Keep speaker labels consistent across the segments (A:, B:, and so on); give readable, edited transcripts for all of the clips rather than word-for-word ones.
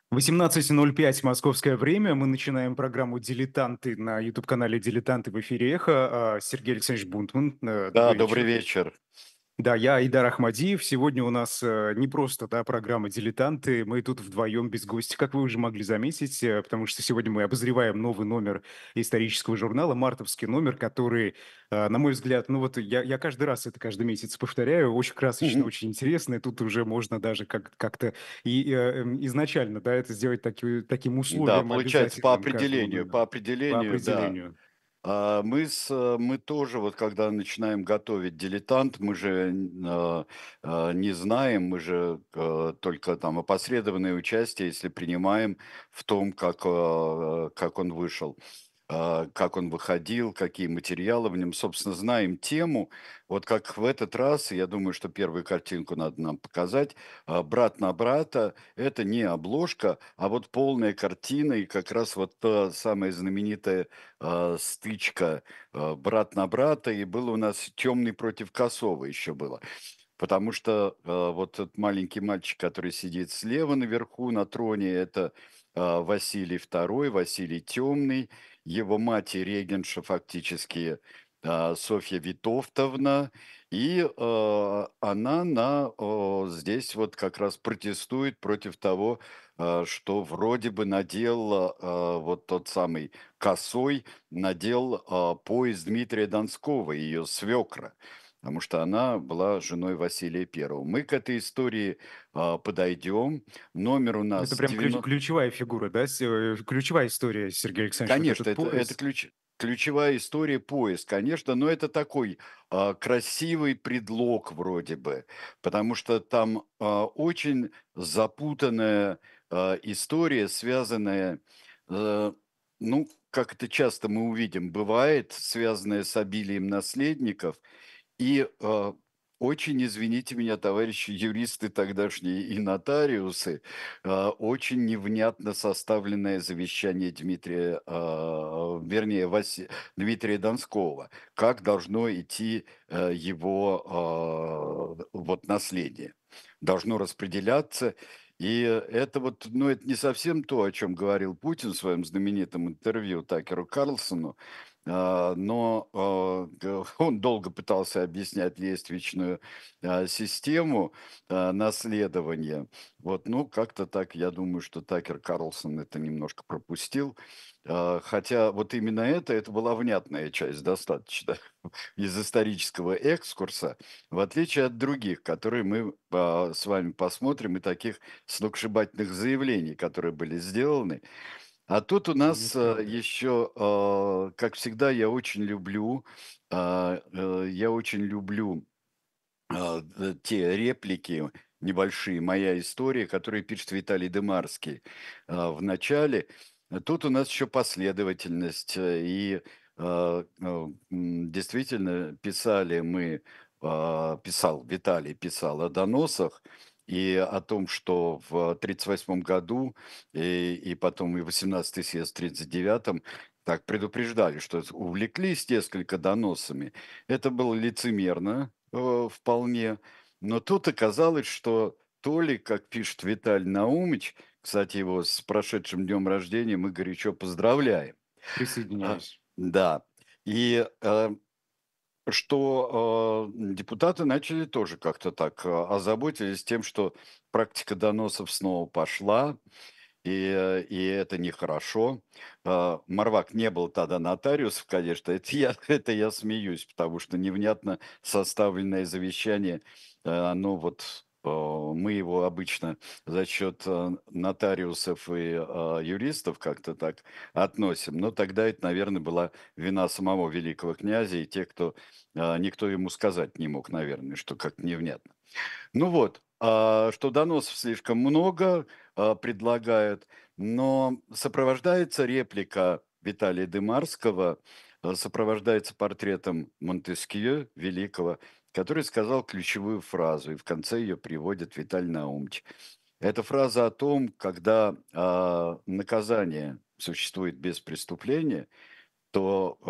A: 18:05 московское время. Мы начинаем программу «Дилетанты» на YouTube-канале «Дилетанты» в эфире «Эхо». Сергей Алексеевич Бунтман.
B: Да,
A: Добрый
B: добрый
A: вечер.
B: вечер.
A: Да, я Айдар Ахмадиев. Сегодня у нас не просто программа «Дилетанты». Мы тут вдвоем без гостя, как вы уже могли заметить, потому что сегодня мы обозреваем новый номер исторического журнала, мартовский номер, который, на мой взгляд, ну вот я каждый раз это каждый месяц повторяю, очень красочно,
B: Мгм.
A: очень интересно, и тут уже можно даже как-то изначально, да, это сделать таким
B: Да,
A: условием
B: получается,
A: обязательным каждого
B: по
A: номера по
B: определению, да.
A: определению.
B: Мы тоже, вот когда начинаем готовить «Дилетант», мы же не знаем, мы же только там опосредованное участие, если принимаем в том, как он вышел, как он выходил, какие материалы в нем, собственно, знаем тему. Вот как в этот раз, и я думаю, что первую картинку надо нам показать, «Брат на брата» — это не обложка, а вот полная картина, и как раз вот та самая знаменитая стычка, брат на брата, и было у нас темный против косого еще было. Потому что вот этот маленький мальчик, который сидит слева наверху на троне, это Василий II, Василий Темный, его мать и регенша фактически Софья Витовтовна, и она здесь вот как раз протестует против того, что вроде бы надел вот тот самый Косой, надел пояс Дмитрия Донского, ее свекра, потому что она была женой Василия Первого. Мы к этой истории подойдем. Номер у
A: Это
B: нас
A: прям
B: 90.
A: ключевая фигура, да, ключевая история, Сергей Александрович, вот
B: Конечно,
A: этот
B: это
A: пояс.
B: ключевая история, поиск, конечно, но это такой красивый предлог вроде бы, потому что там очень запутанная история, связанная, э, ну, как это часто мы увидим, бывает, связанная с обилием наследников, и очень, извините меня, товарищи юристы тогдашние и нотариусы, очень невнятно составленное завещание Дмитрия Донского. Как должно идти его вот наследие? Должно распределяться. И это вот, ну, это не совсем то, о чем говорил Путин в своем знаменитом интервью Такеру Карлсону, но он долго пытался объяснять лествичную систему наследования. Вот, ну, как-то так, я думаю, что Такер Карлсон это немножко пропустил. Хотя вот именно это была внятная часть достаточно из исторического экскурса, в отличие от других, которые мы с вами посмотрим, и таких сногсшибательных заявлений, которые были сделаны. А тут у
A: Ну,
B: нас
A: правда.
B: еще, как всегда, я очень люблю те реплики небольшие, моя история, которые пишет Виталий Дымарский в начале. Тут у нас еще последовательность, действительно писал Виталий, писал о доносах и о том, что в 1938 году и потом и 18-й съезд в 1939 так предупреждали, что увлеклись несколько доносами. Это было лицемерно, вполне. Но тут оказалось, что то ли, как пишет Виталий Наумыч, кстати, его с прошедшим днем рождения мы горячо поздравляем. А,
A: Присоединяюсь.
B: да. И что депутаты начали тоже как-то так озаботились тем, что практика доносов снова пошла, и это нехорошо. Марвак не был тогда нотариусов, конечно, это я смеюсь, потому что невнятно составленное завещание, оно вот, мы его обычно за счет нотариусов и юристов как-то так относим, но тогда это, наверное, была вина самого великого князя и тех, кто никто ему сказать не мог, наверное, что как невнятно. Ну вот, что доносов слишком много, предлагают, но сопровождается реплика Виталия Дымарского, сопровождается портретом Монтескье великого, который сказал ключевую фразу, и в конце ее приводит Виталий Наумович. Это фраза о том, когда наказание существует без преступления, то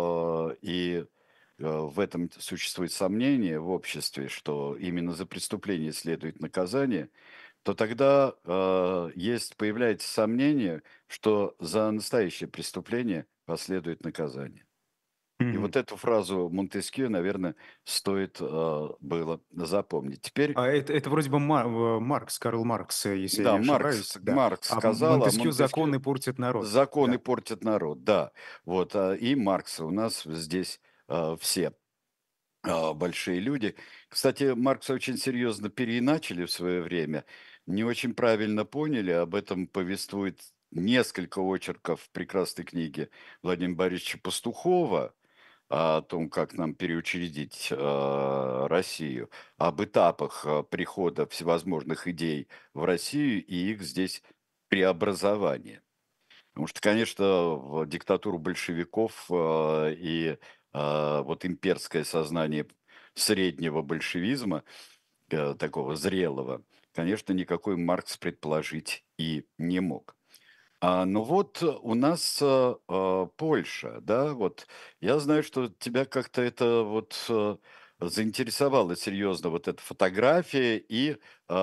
B: в этом существует сомнение в обществе, что именно за преступление следует наказание, то тогда появляется сомнение, что за настоящее преступление последует наказание. И
A: Мгм.
B: вот эту фразу Монтескьё, наверное, стоит было запомнить. Теперь,
A: А это вроде бы Маркс, Карл Маркс, если я не
B: да,
A: ошибаюсь, да.
B: Маркс
A: А
B: сказал, а
A: Монтескьё
B: Монтескьё
A: "Законы портят народ".
B: законы
A: Да.
B: портят народ, да. Вот, и Маркс у нас здесь все большие люди. Кстати, Маркса очень серьезно переиначили в свое время, не очень правильно поняли, об этом повествует несколько очерков в прекрасной книге Владимира Борисовича Пастухова о том, как нам переучредить Россию, об этапах прихода всевозможных идей в Россию и их здесь преобразования. Потому что, конечно, в диктатуру большевиков и вот имперское сознание среднего большевизма, такого зрелого, конечно, никакой Маркс предположить и не мог. Ну вот у нас, Польша, да, вот я знаю, что тебя как-то это вот, заинтересовала серьезно вот эта фотография и,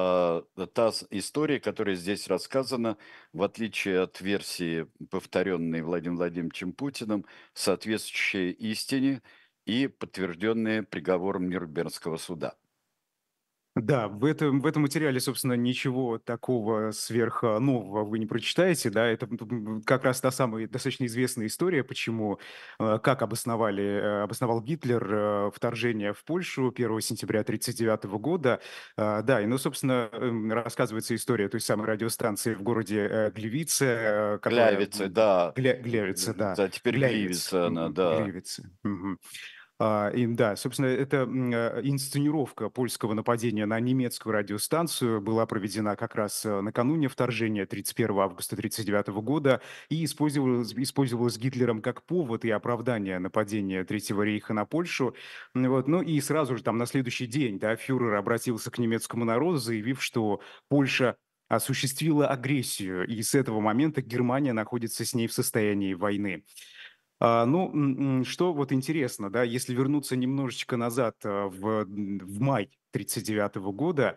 B: история, которая здесь рассказана, в отличие от версии, повторенной Владимиром Владимировичем Путиным, соответствующая истине и подтвержденная приговором Нюрнбергского суда.
A: Да, в этом материале, собственно, ничего такого нового вы не прочитаете, да. Это как раз та самая достаточно известная история, почему, как обосновал Гитлер, вторжение в Польшу 1 сентября 1939 года. Да, и, ну, собственно, рассказывается история той самой радиостанции в городе, Глявице, которая,
B: Глявицы, да,
A: Глявице, да,
B: да, теперь
A: Глявиц,
B: Гливица она, да.
A: Гливице. Мгм. Да, собственно, эта инсценировка польского нападения на немецкую радиостанцию была проведена как раз накануне вторжения 31 августа 1939 года и использовалась Гитлером как повод и оправдание нападения Третьего рейха на Польшу. Вот. Ну и сразу же там на следующий день, да, фюрер обратился к немецкому народу, заявив, что Польша осуществила агрессию, и с этого момента Германия находится с ней в состоянии войны. Ну, что вот интересно, да, если вернуться немножечко назад, в май 1939 года,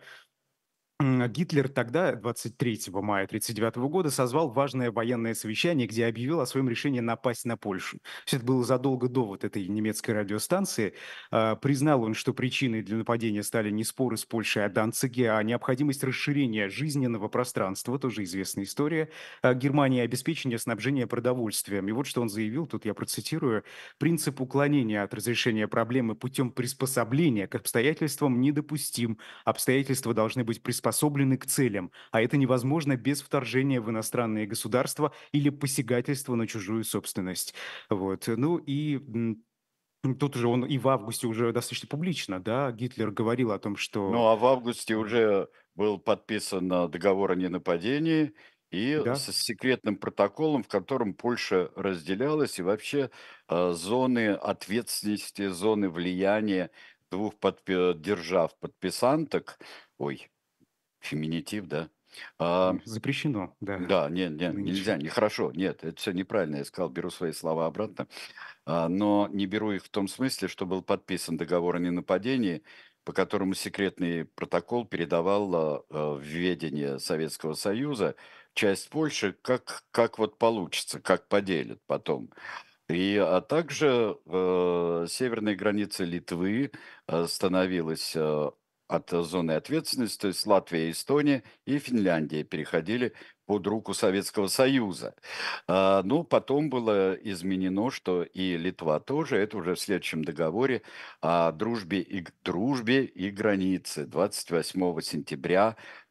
A: Гитлер тогда, 23 мая 1939 года, созвал важное военное совещание, где объявил о своем решении напасть на Польшу. То есть это было задолго до вот этой немецкой радиостанции. Признал он, что причиной для нападения стали не споры с Польшей о Данциге, а необходимость расширения жизненного пространства, тоже известная история, Германии, и обеспечения снабжения продовольствием. И вот что он заявил, тут я процитирую: «Принцип уклонения от разрешения проблемы путем приспособления к обстоятельствам недопустим. Обстоятельства должны быть приспособлены к целям, а это невозможно без вторжения в иностранные государства или посягательства на чужую собственность». Вот. Ну и тут уже он и в августе уже достаточно публично, да, Гитлер говорил о том,
B: Ну,
A: что
B: а в августе
A: Мгм.
B: уже был подписан, договор о ненападении и
A: Да,
B: с секретным протоколом, в котором Польша разделялась, и вообще, зоны ответственности, зоны влияния двух держав-подписанток, ой, феминитив, да, а,
A: запрещено, да,
B: да, не,
A: нынче.
B: нельзя, нехорошо, нет, это все неправильно, я сказал, беру свои слова обратно. Но не беру их в том смысле, что был подписан договор о ненападении, по которому секретный протокол передавал в ведение Советского Союза часть Польши, как вот получится, как поделят потом. А также северная граница Литвы становилась от зоны ответственности, то есть Латвия, Эстония и Финляндия переходили под руку Советского Союза. Ну, потом было изменено, что и Литва тоже, это уже в следующем договоре о дружбе и границе 28 сентября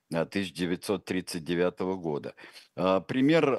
B: 1939 года. Пример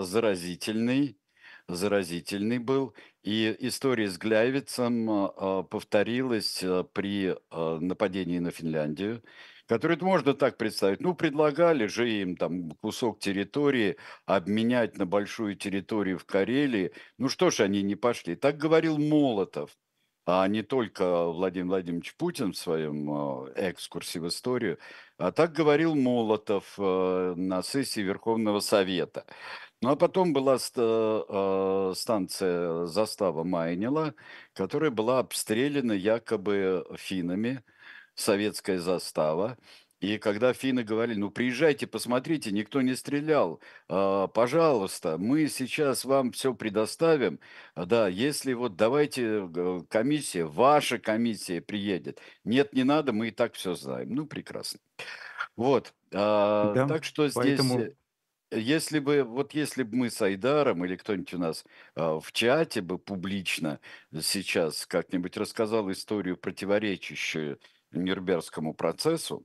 B: заразительный был. И история с Гляйвицем повторилась при нападении на Финляндию, которую это можно так представить. Ну, предлагали же им там кусок территории обменять на большую территорию в Карелии. Ну что ж они не пошли? Так говорил Молотов, а не только Владимир Владимирович Путин в своем экскурсе в историю, а так говорил Молотов на сессии Верховного Совета. Ну, а потом была станция застава Майнила, которая была обстреляна якобы финнами, советская застава. И когда финны говорили: "Ну, приезжайте, посмотрите, никто не стрелял, пожалуйста, мы сейчас вам все предоставим. Да, если вот давайте, комиссия, ваша комиссия приедет". "Нет, не надо, мы и так все знаем". Ну, прекрасно. Вот,
A: Да,
B: так что здесь,
A: поэтому
B: если бы мы с Айдаром или кто-нибудь у нас, в чате бы публично сейчас как-нибудь рассказал историю, противоречащую Нюрнбергскому процессу,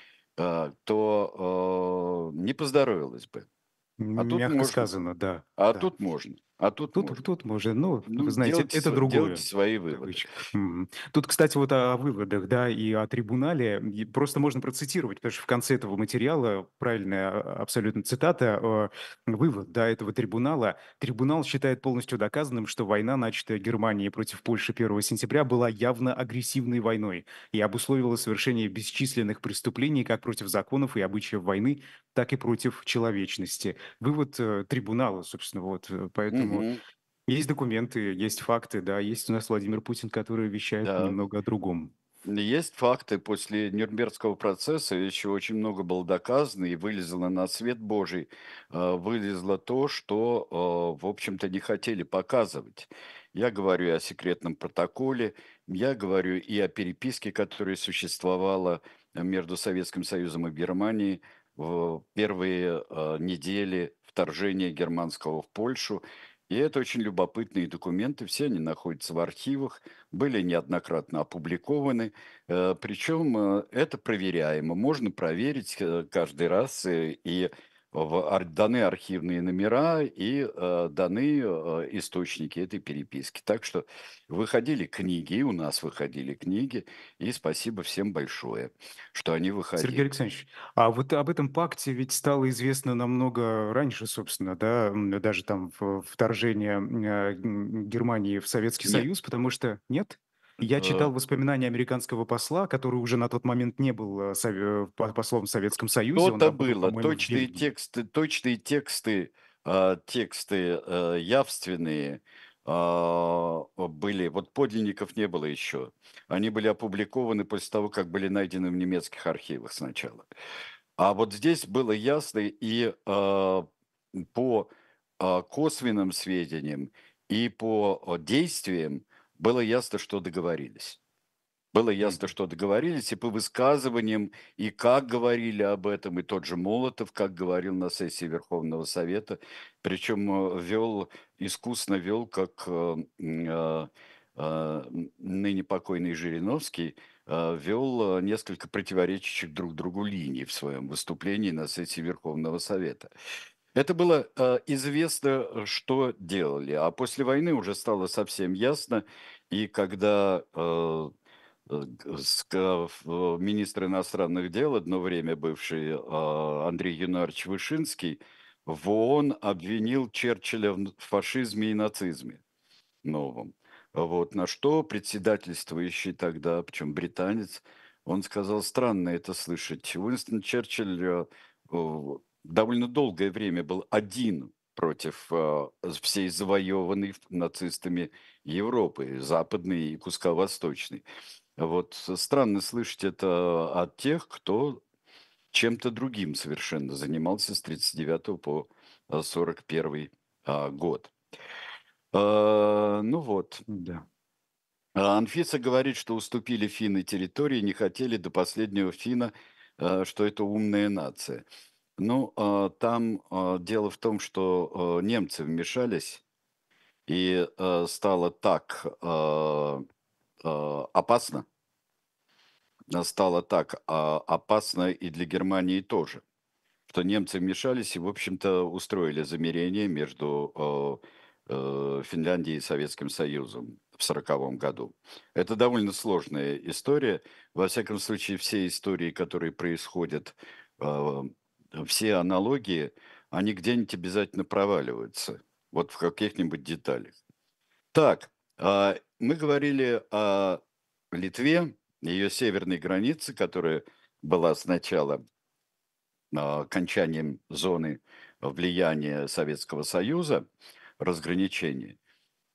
B: то, не поздоровилось бы. А тут
A: мягко
B: можно.
A: сказано, да,
B: А
A: да.
B: тут можно. А тут можно.
A: Тут можно, ну,
B: Ну,
A: вы знаете, это
B: делайте
A: другое,
B: свои
A: в
B: выводы.
A: кавычках. Мгм. Тут, кстати, вот о выводах, да, и о трибунале, и просто можно процитировать, потому что в конце этого материала правильная абсолютно цитата, вывод, да, этого трибунала. Трибунал считает полностью доказанным, что война, начатая Германией против Польши 1 сентября, была явно агрессивной войной и обусловила совершение бесчисленных преступлений как против законов и обычаев войны, так и против человечности. Вывод трибунала, собственно, вот, поэтому
B: Мгм.
A: есть документы, есть факты, да, есть у нас Владимир Путин, который вещает
B: Да.
A: немного о другом.
B: Есть факты. После Нюрнбергского процесса еще очень много было доказано и вылезло на свет Божий. Вылезло то, что, в общем-то, не хотели показывать. Я говорю и о секретном протоколе, я говорю и о переписке, которая существовала между Советским Союзом и Германией в первые недели вторжения германского в Польшу. И это очень любопытные документы, все они находятся в архивах, были неоднократно опубликованы. Причем, это проверяемо. Можно проверить, каждый раз, и даны архивные номера, и, даны, источники этой переписки. Так что выходили книги, и у нас выходили книги, и спасибо всем большое, что они
A: Сергей
B: выходили.
A: Александрович, а вот об этом пакте ведь стало известно намного раньше, собственно, да, даже там вторжение Германии в Советский
B: Нет,
A: Союз, потому что нет? Я
B: э,
A: читал воспоминания американского посла, который уже на тот момент не был послом в Советском Союзе, он
B: что-то
A: работал,
B: было,
A: по-моему, в Бельгии.
B: точные тексты, тексты, явственные, были. Вот подлинников не было еще. Они были опубликованы после того, как были найдены в немецких архивах сначала. А вот здесь было ясно и, по, косвенным сведениям, и по, действиям было ясно, что договорились. Было ясно,
A: Мгм.
B: что договорились, и по высказываниям, и как говорили об этом, и тот же Молотов, как говорил на сессии Верховного Совета, причем искусно вел, как ныне покойный Жириновский, вел несколько противоречащих друг другу линий в своем выступлении на сессии Верховного Совета. Это было известно, что делали, а после войны уже стало совсем ясно, и когда министр иностранных дел, одно время бывший, Андрей Януарович Вышинский, в ООН обвинил Черчилля в фашизме и нацизме новом. Вот, на что председательствующий тогда, причем британец, он сказал: "Странно это слышать". Уинстон Черчилль, довольно долгое время был один против, всей завоеванной нацистами Европы, западной и куска восточной. Вот, странно слышать это от тех, кто чем-то другим совершенно занимался с 39 по 41 год. Ну вот.
A: Да.
B: Анфиса говорит, что уступили финны территории, не хотели до последнего финна, что это умная нация. Ну, там дело в том, что немцы вмешались, и стало так опасно, стало так опасно и для Германии тоже, что немцы вмешались и, в общем-то, устроили замерение между Финляндией и Советским Союзом в 1940 году. Это довольно сложная история. Во всяком случае, все истории, которые происходят, э, все аналогии, они где-нибудь обязательно проваливаются. Вот в каких-нибудь деталях. Так, мы говорили о Литве, ее северной границе, которая была сначала окончанием зоны влияния Советского Союза, разграничения.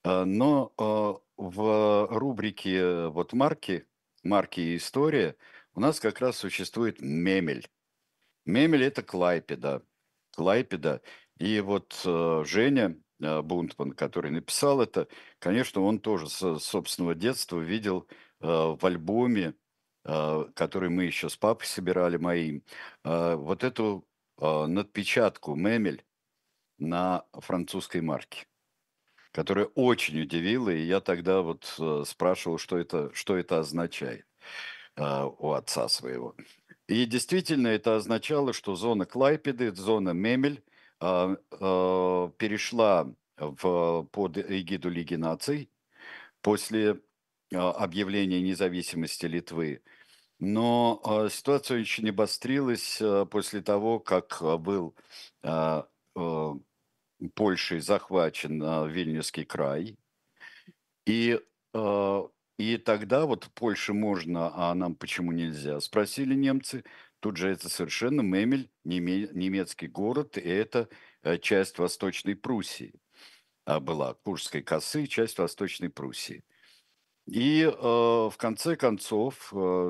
B: Но в рубрике вот марки и история у нас как раз существует Мемель. Мемель — это Клайпеда. Клайпеда. И вот, Женя, Бунтман, который написал это, конечно, он тоже с собственного детства видел, в альбоме, который мы еще с папой собирали моим, вот эту, надпечатку "Мемель" на французской марке, которая очень удивила. И я тогда вот, спрашивал, что это означает, у отца своего. И действительно, это означало, что зона Клайпеды, зона Мемель, перешла под эгиду Лиги наций после, объявления независимости Литвы. Но, ситуация очень обострилась, после того, как, был, а, э, Польшей захвачен, Вильнюсский край. И, и тогда вот Польше можно, а нам почему нельзя? Спросили немцы. Тут же это совершенно Мемель, немецкий город, и это, часть Восточной Пруссии, была, Куршской косы, часть Восточной Пруссии. И, в конце концов,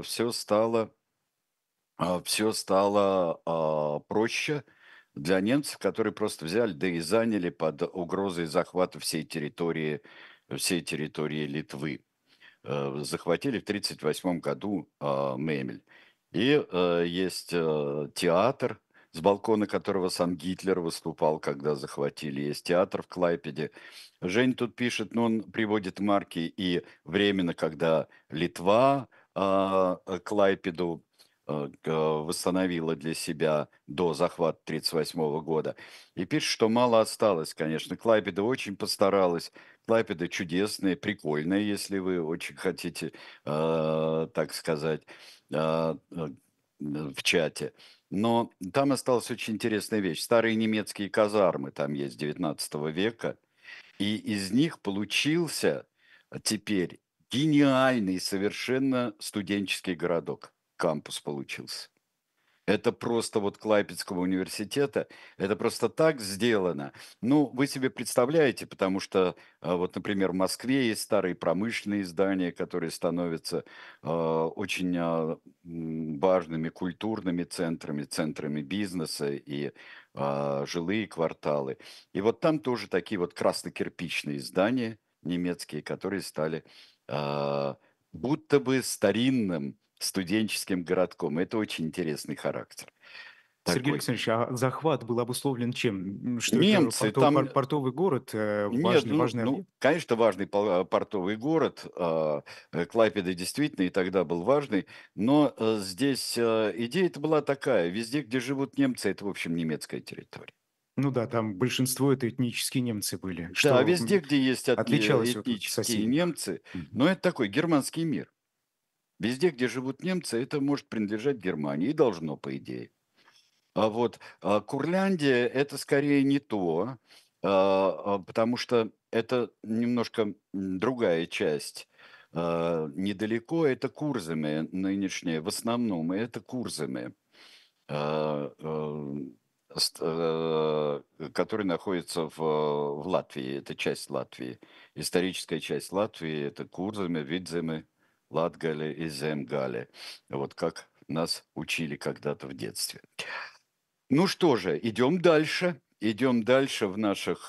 B: все стало проще для немцев, которые просто взяли, да и заняли под угрозой захвата всей территории Литвы. Захватили в 1938 году, Мемель. И, есть, театр, с балкона которого сам Гитлер выступал, когда захватили. Есть театр в Клайпеде. Жень тут пишет, но он приводит марки и временно, когда Литва, Клайпеду, восстановила для себя до захвата 1938 года. И пишет, что мало осталось, конечно. Клайпеда очень постаралась. Клайпеда чудесная, прикольная, если вы очень хотите, так сказать, в чате. Но там осталась очень интересная вещь. Старые немецкие казармы там есть 19 века, и из них получился, теперь гениальный совершенно студенческий городок. Кампус получился. Это просто вот Клайпедского университета, это просто так сделано. Ну, вы себе представляете, потому что, вот, например, в Москве есть старые промышленные здания, которые становятся, очень, важными культурными центрами, центрами бизнеса и, жилые кварталы. И вот там тоже такие вот красно-кирпичные здания немецкие, которые стали, а, будто бы старинным студенческим городком. Это очень интересный характер
A: Сергей
B: такой.
A: Александрович, а захват был обусловлен чем? Что это
B: Немцы там
A: портовый город,
B: нет, ну
A: важный
B: ну,
A: объект?
B: конечно, важный портовый город. Клайпеда действительно и тогда был важный, но, здесь, идея-то была такая: везде, где живут немцы, это, в общем, немецкая территория.
A: Ну да, там большинство это этнические немцы были,
B: Да,
A: что
B: везде, где есть
A: отличалось от
B: этнические
A: соседних.
B: немцы,
A: Мгм.
B: но это такой германский мир. Везде, где живут немцы, это может принадлежать Германии и должно, по идее. А вот, Курляндия — это скорее не то, потому что это немножко, другая часть. Недалеко это Курземе нынешнее, в основном это Курземе, а, который находится в Латвии. Это часть Латвии. Историческая часть Латвии — это Курземе, Видземе, Латгале и Земгале. Вот как нас учили когда-то в детстве. Ну что же, идем дальше. Идем дальше в наших,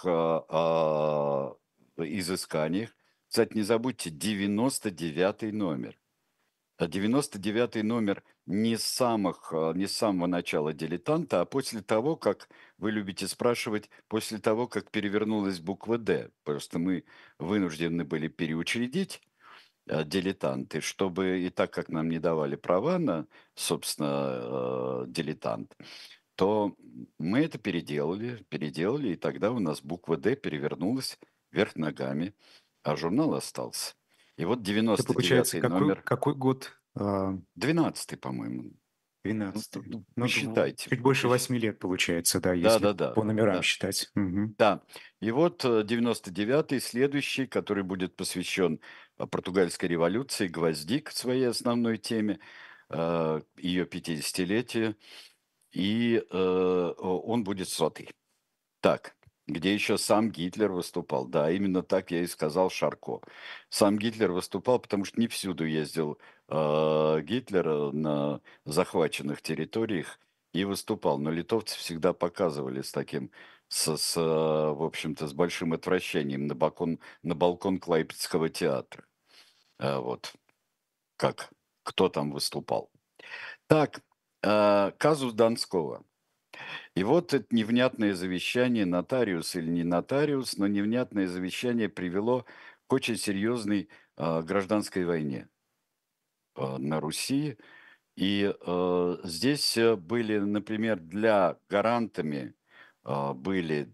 B: изысканиях. Кстати, не забудьте 99 номер. 99 номер не с самого начала "Дилетанта", а после того, как, вы любите спрашивать, после того, как перевернулась буква "Д". Просто мы вынуждены были переучредить, "Дилетант", чтобы и так как нам не давали права на, собственно, "Дилетант", то мы это переделали, и тогда у нас буква "Д" перевернулась вверх ногами, а журнал остался. И вот
A: Это
B: девяносто
A: получается
B: девятый номер,
A: какой год?
B: 12, по-моему. Ну,
A: 12-й. Ну,
B: посчитайте,
A: чуть больше 8 лет получается, да, если
B: Да-да-да,
A: по номерам
B: да.
A: считать. Мгм.
B: Да, и вот, 99 следующий, который будет посвящен, португальской революции, "Гвоздик", своей основной теме, ее 50-летию, и, он будет 100-й. Так. где еще сам Гитлер выступал. Да, именно так я и сказал Шарко. Сам Гитлер выступал, потому что не всюду ездил Гитлер на захваченных территориях и выступал. Но литовцы всегда показывали с таким, в общем-то, с большим отвращением на балкон Клайпецкого театра. Вот как, кто там выступал. Так, казус Донского. И вот это невнятное завещание, нотариус или не нотариус, но невнятное завещание привело к очень серьезной гражданской войне на Руси. И здесь были, например, гарантами были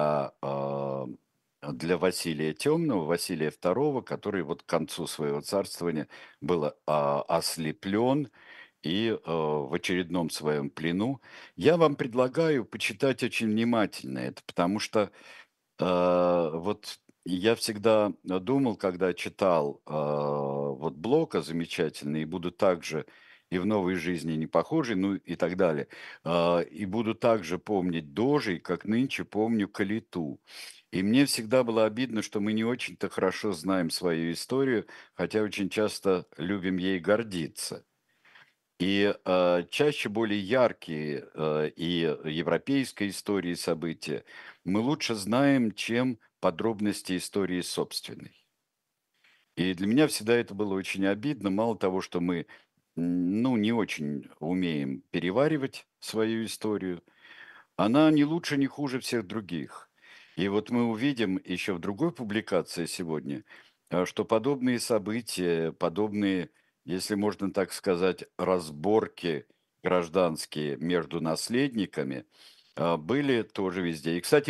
B: для Василия Темного, Василия II, который вот к концу своего царствования был ослеплен и в очередном своем плену. Я вам предлагаю почитать очень внимательно это, потому что вот я всегда думал, когда читал вот Блока замечательный, и буду также и в новой жизни не похожий, ну и так далее, и буду также помнить Дожей, как нынче помню Калиту. И мне всегда было обидно, что мы не очень-то хорошо знаем свою историю, хотя очень часто любим ей гордиться. И чаще более яркие и европейской истории события мы лучше знаем, чем подробности истории собственной. И для меня всегда это было очень обидно. Мало того, что мы, ну, не очень умеем переваривать свою историю, она не лучше, не хуже всех других. И вот мы увидим еще в другой публикации сегодня, что подобные события, подобные, если можно так сказать, разборки гражданские между наследниками были тоже везде. И, кстати,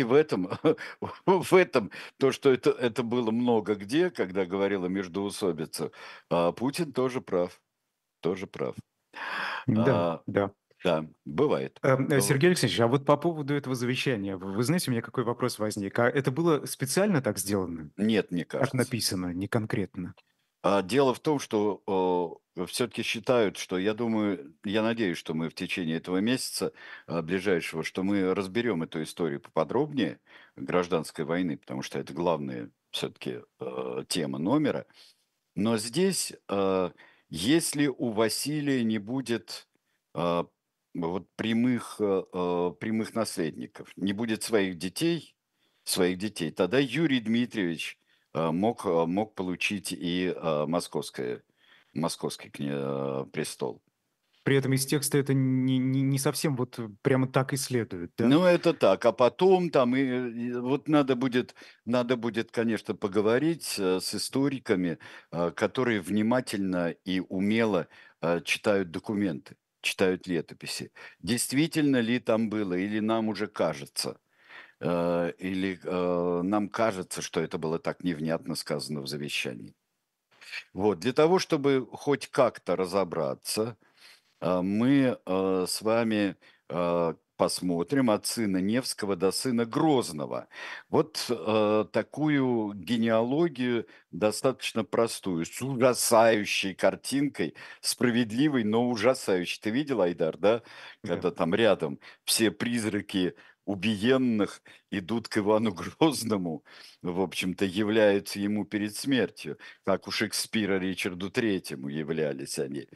B: в этом то, что это было много где, когда говорила междоусобица, Путин тоже прав, тоже прав.
A: Да,
B: А,
A: да.
B: Да, бывает.
A: Сергей Алексеевич, а вот по поводу этого завещания, вы знаете, у меня какой вопрос возник. А это было специально так сделано?
B: Нет, мне
A: Так
B: кажется.
A: написано, не конкретно?
B: Дело в том, что, все-таки считают, что я думаю, я надеюсь, что мы в течение этого месяца, ближайшего, что мы разберем эту историю поподробнее гражданской войны, потому что это главная все-таки, тема номера. Но здесь, если у Василия не будет, а, вот прямых наследников, не будет своих детей, тогда Юрий Дмитриевич, мог получить и, престол.
A: При этом из текста это не совсем вот прямо так и следует, да?
B: Ну, это так. А потом там вот надо будет, конечно, поговорить, с историками, которые внимательно и умело, читают документы, читают летописи. Действительно ли там было, или нам уже кажется, или, нам кажется, что это было так невнятно сказано в завещании. Вот, для того, чтобы хоть как-то разобраться, мы, с вами, посмотрим от сына Невского до сына Грозного. Вот, такую генеалогию, достаточно простую, с ужасающей картинкой, справедливой, но ужасающей. Ты видел, Айдар, да?
A: Да.
B: Когда там рядом все призраки убиенных идут к Ивану Грозному, в общем-то, являются ему перед смертью, как у Шекспира Ричарду Третьему являлись они.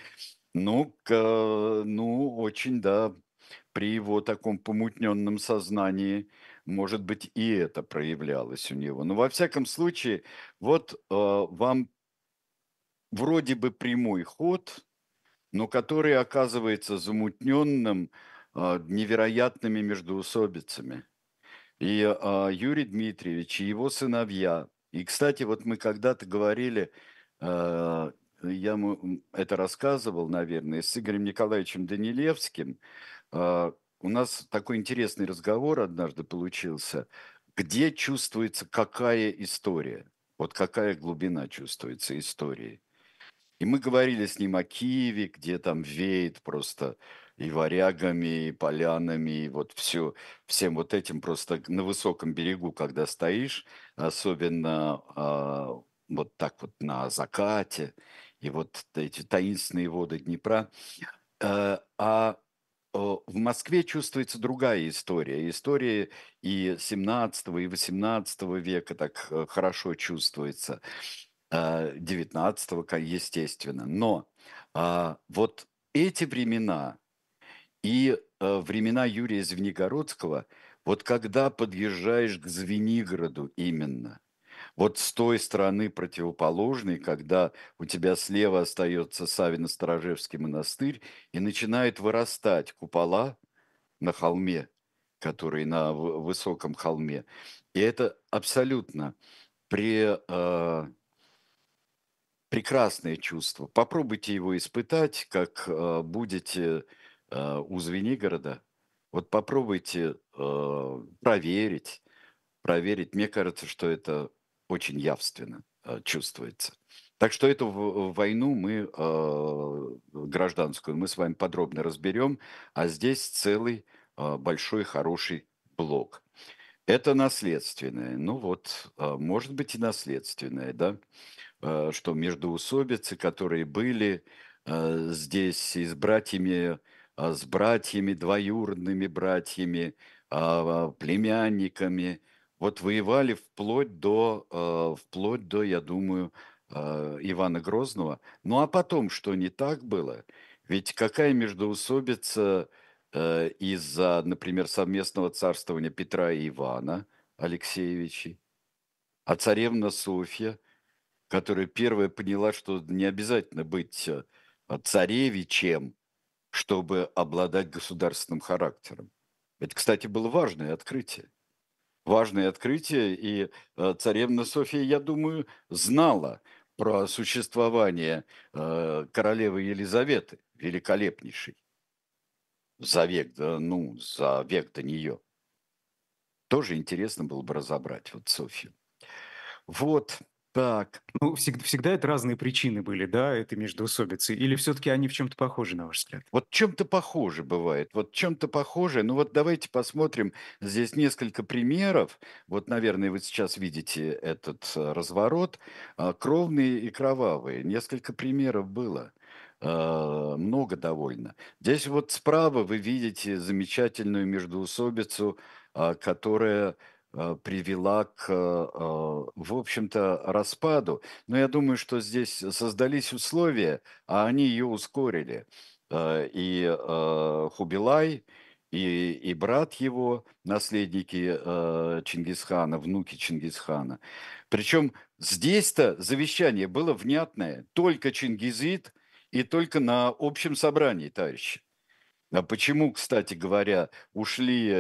B: Ну, очень, да, при его таком помутненном сознании, может быть, и это проявлялось у него. Но во всяком случае, вот, вам вроде бы прямой ход, но который оказывается замутненным, невероятными междоусобицами. И, Юрий Дмитриевич, и его сыновья. И, кстати, вот мы когда-то говорили, я это рассказывал, наверное, с Игорем Николаевичем Данилевским. У нас такой интересный разговор однажды получился, где чувствуется какая история, вот какая глубина чувствуется истории. И мы говорили с ним о Киеве, где там веет просто и варягами, и полянами, и вот всем вот этим просто на высоком берегу, когда стоишь, особенно вот так вот на закате, и вот эти таинственные воды Днепра. А В Москве чувствуется другая история. История и 17 и 18 века так, хорошо чувствуется, 19 естественно. Но, вот эти времена и, времена Юрия Звенигородского, вот когда подъезжаешь к Звенигороду именно, вот с той стороны противоположной, когда у тебя слева остается Савино-Сторожевский монастырь и начинают вырастать купола на холме, который на высоком холме. И это абсолютно пре прекрасное чувство. Попробуйте его испытать, как, будете, у Звенигорода. Вот попробуйте, проверить. Мне кажется, что это очень явственно, чувствуется. Так что эту войну мы, гражданскую, мы с вами подробно разберем, а здесь целый, большой хороший блок. Это наследственное. Ну вот, может быть и наследственное, да? Что междоусобицы, которые были, здесь и с братьями, двоюродными братьями, племянниками. Вот воевали вплоть до, я думаю, Ивана Грозного. Ну, а потом что не так было? Ведь какая междоусобица, из-за, например, совместного царствования Петра и Ивана Алексеевичей, а царевна Софья, которая первая поняла, что не обязательно быть, царевичем, чтобы обладать государственным характером. Это, кстати, было важное открытие. Важное открытие, и, царевна Софья, я думаю, знала про существование, королевы Елизаветы, великолепнейшей, за век до нее. Тоже интересно было бы разобрать вот Софью. Вот так.
A: Ну, всегда это разные причины были, да, этой междоусобицы, или все таки они в чем то похожи, на ваш взгляд?
B: Вот чем-то похоже бывает, вот чем-то похоже. Ну вот давайте посмотрим, здесь несколько примеров. Вот, наверное, вы сейчас видите этот разворот. Кровные и кровавые. Несколько примеров было. Много довольно. Здесь вот справа вы видите замечательную междоусобицу, которая привела к, в общем-то, распаду. Но я думаю, что здесь создались условия, а они ее ускорили. Хубилай, и брат его, наследники, Чингисхана, внуки Чингисхана. Причем здесь-то завещание было внятное: только Чингизид и только на общем собрании, товарищи. А почему, кстати говоря, ушли,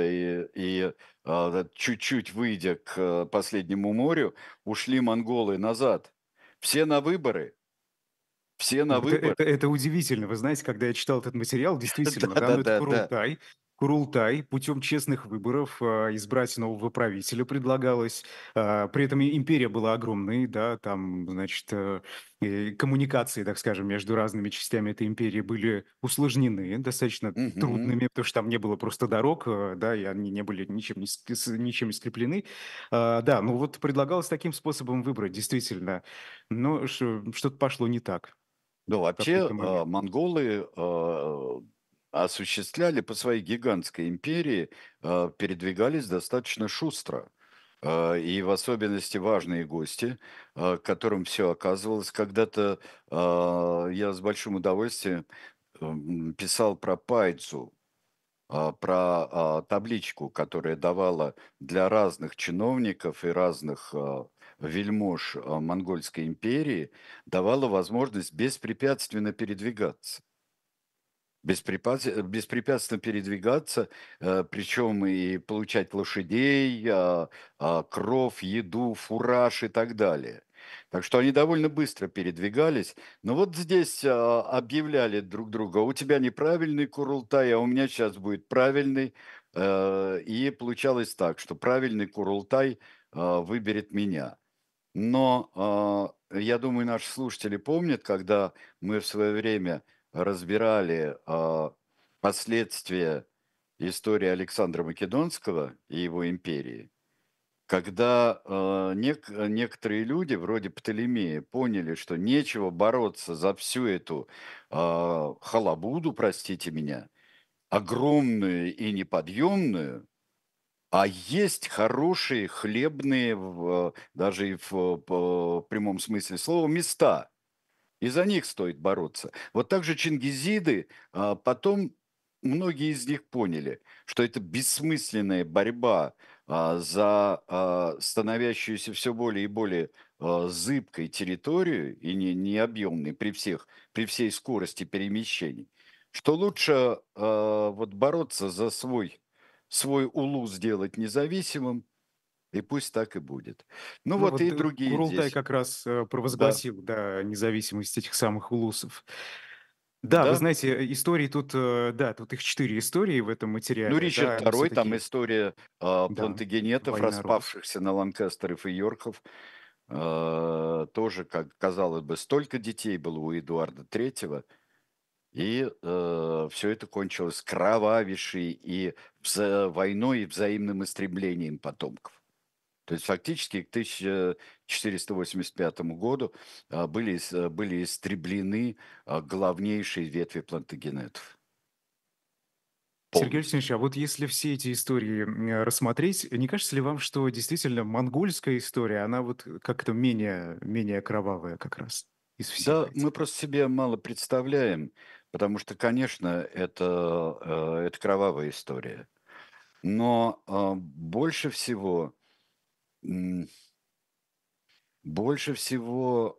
B: чуть-чуть выйдя к, последнему морю, ушли монголы назад? Все на выборы, все на
A: Вот
B: выборы.
A: это удивительно. Вы знаете, когда я читал этот материал, действительно, да, ну, это
B: Да-да-да-да.
A: Курултай путем честных выборов, избрать нового правителя предлагалось. При этом и империя была огромной, да, там, значит, и коммуникации, так скажем, между разными частями этой империи были усложнены, достаточно
B: Мгм.
A: трудными, потому что там не было просто дорог, да, и они не были ничем не скреплены. Да, ну вот предлагалось таким способом выбрать, действительно. Но что-то пошло не так.
B: Ну,
A: В какой-то
B: вообще,
A: момент.
B: монголы, осуществляли по своей гигантской империи, передвигались достаточно шустро. И в особенности важные гости, которым все оказывалось. Когда-то, я с большим удовольствием, писал про пайцу, про, табличку, которая давала для разных чиновников и разных, вельмож, Монгольской империи, давала возможность беспрепятственно передвигаться. Беспрепятственно передвигаться, причем и получать лошадей, кров, еду, фураж и так далее. Так что они довольно быстро передвигались. Но вот здесь, объявляли друг друга: "У тебя неправильный Курултай, а у меня сейчас будет правильный". И получалось так, что правильный Курултай, выберет меня. Но, я думаю, наши слушатели помнят, когда мы в свое время разбирали, последствия истории Александра Македонского и его империи, когда, некоторые люди, вроде Птолемея, поняли, что нечего бороться за всю эту, халабуду, простите меня, огромную и неподъемную, а есть хорошие хлебные, даже и в прямом смысле слова, места. И за них стоит бороться. Вот так же чингизиды, потом многие из них поняли, что это бессмысленная борьба за становящуюся все более и более зыбкой территорию и необъемной при всей скорости перемещений, что лучше вот бороться за свой улус сделать независимым, и пусть так и будет. Ну
A: Ну
B: вот
A: вот
B: и другие
A: Курултай
B: здесь.
A: как раз
B: Да,
A: провозгласил, да, независимость этих самых улусов. Да, вы
B: да.
A: знаете, истории тут, да, тут их 4 истории в этом
B: Ну,
A: материале,
B: Ричард
A: да, они
B: II, там
A: все-таки,
B: история,
A: да,
B: плантагенетов,
A: война родов.
B: распавшихся на Ланкастеров и Йорков. Тоже, как казалось бы, столько детей было у Эдуарда III, и все это кончилось кровавейшей и войной и взаимным истреблением потомков. То есть фактически к 1485 году были истреблены главнейшие ветви плантагенетов
A: Сергей
B: полностью.
A: Алексеевич, а вот если все эти истории рассмотреть, не кажется ли вам, что действительно монгольская история, она вот как-то менее кровавая как раз из всех
B: Да,
A: этих?
B: мы просто себе мало представляем, потому что, конечно, это кровавая история. Но м, больше всего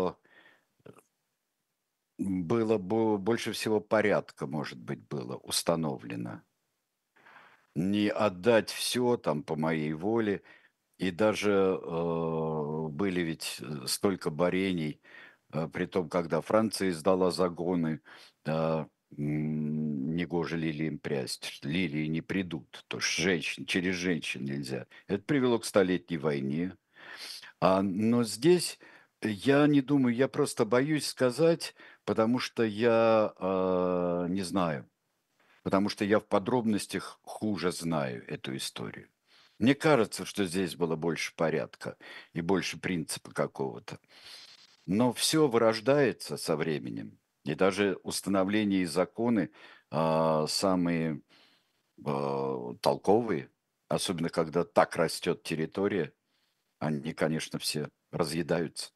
B: больше всего порядка, может быть, было установлено. Не отдать все там по моей воле. И даже были ведь столько борений, при том, когда Франция издала загоны, да, негоже лилиям прясть, лилии не придут, то есть через женщин нельзя. Это привело к Столетней войне. Но здесь я не думаю, я просто боюсь сказать, потому что я не знаю. Потому что я в подробностях хуже знаю эту историю. Мне кажется, что здесь было больше порядка и больше принципа какого-то. Но все вырождается со временем. И даже установления и законы самые толковые, особенно когда так растет территория, они, конечно, все разъедаются.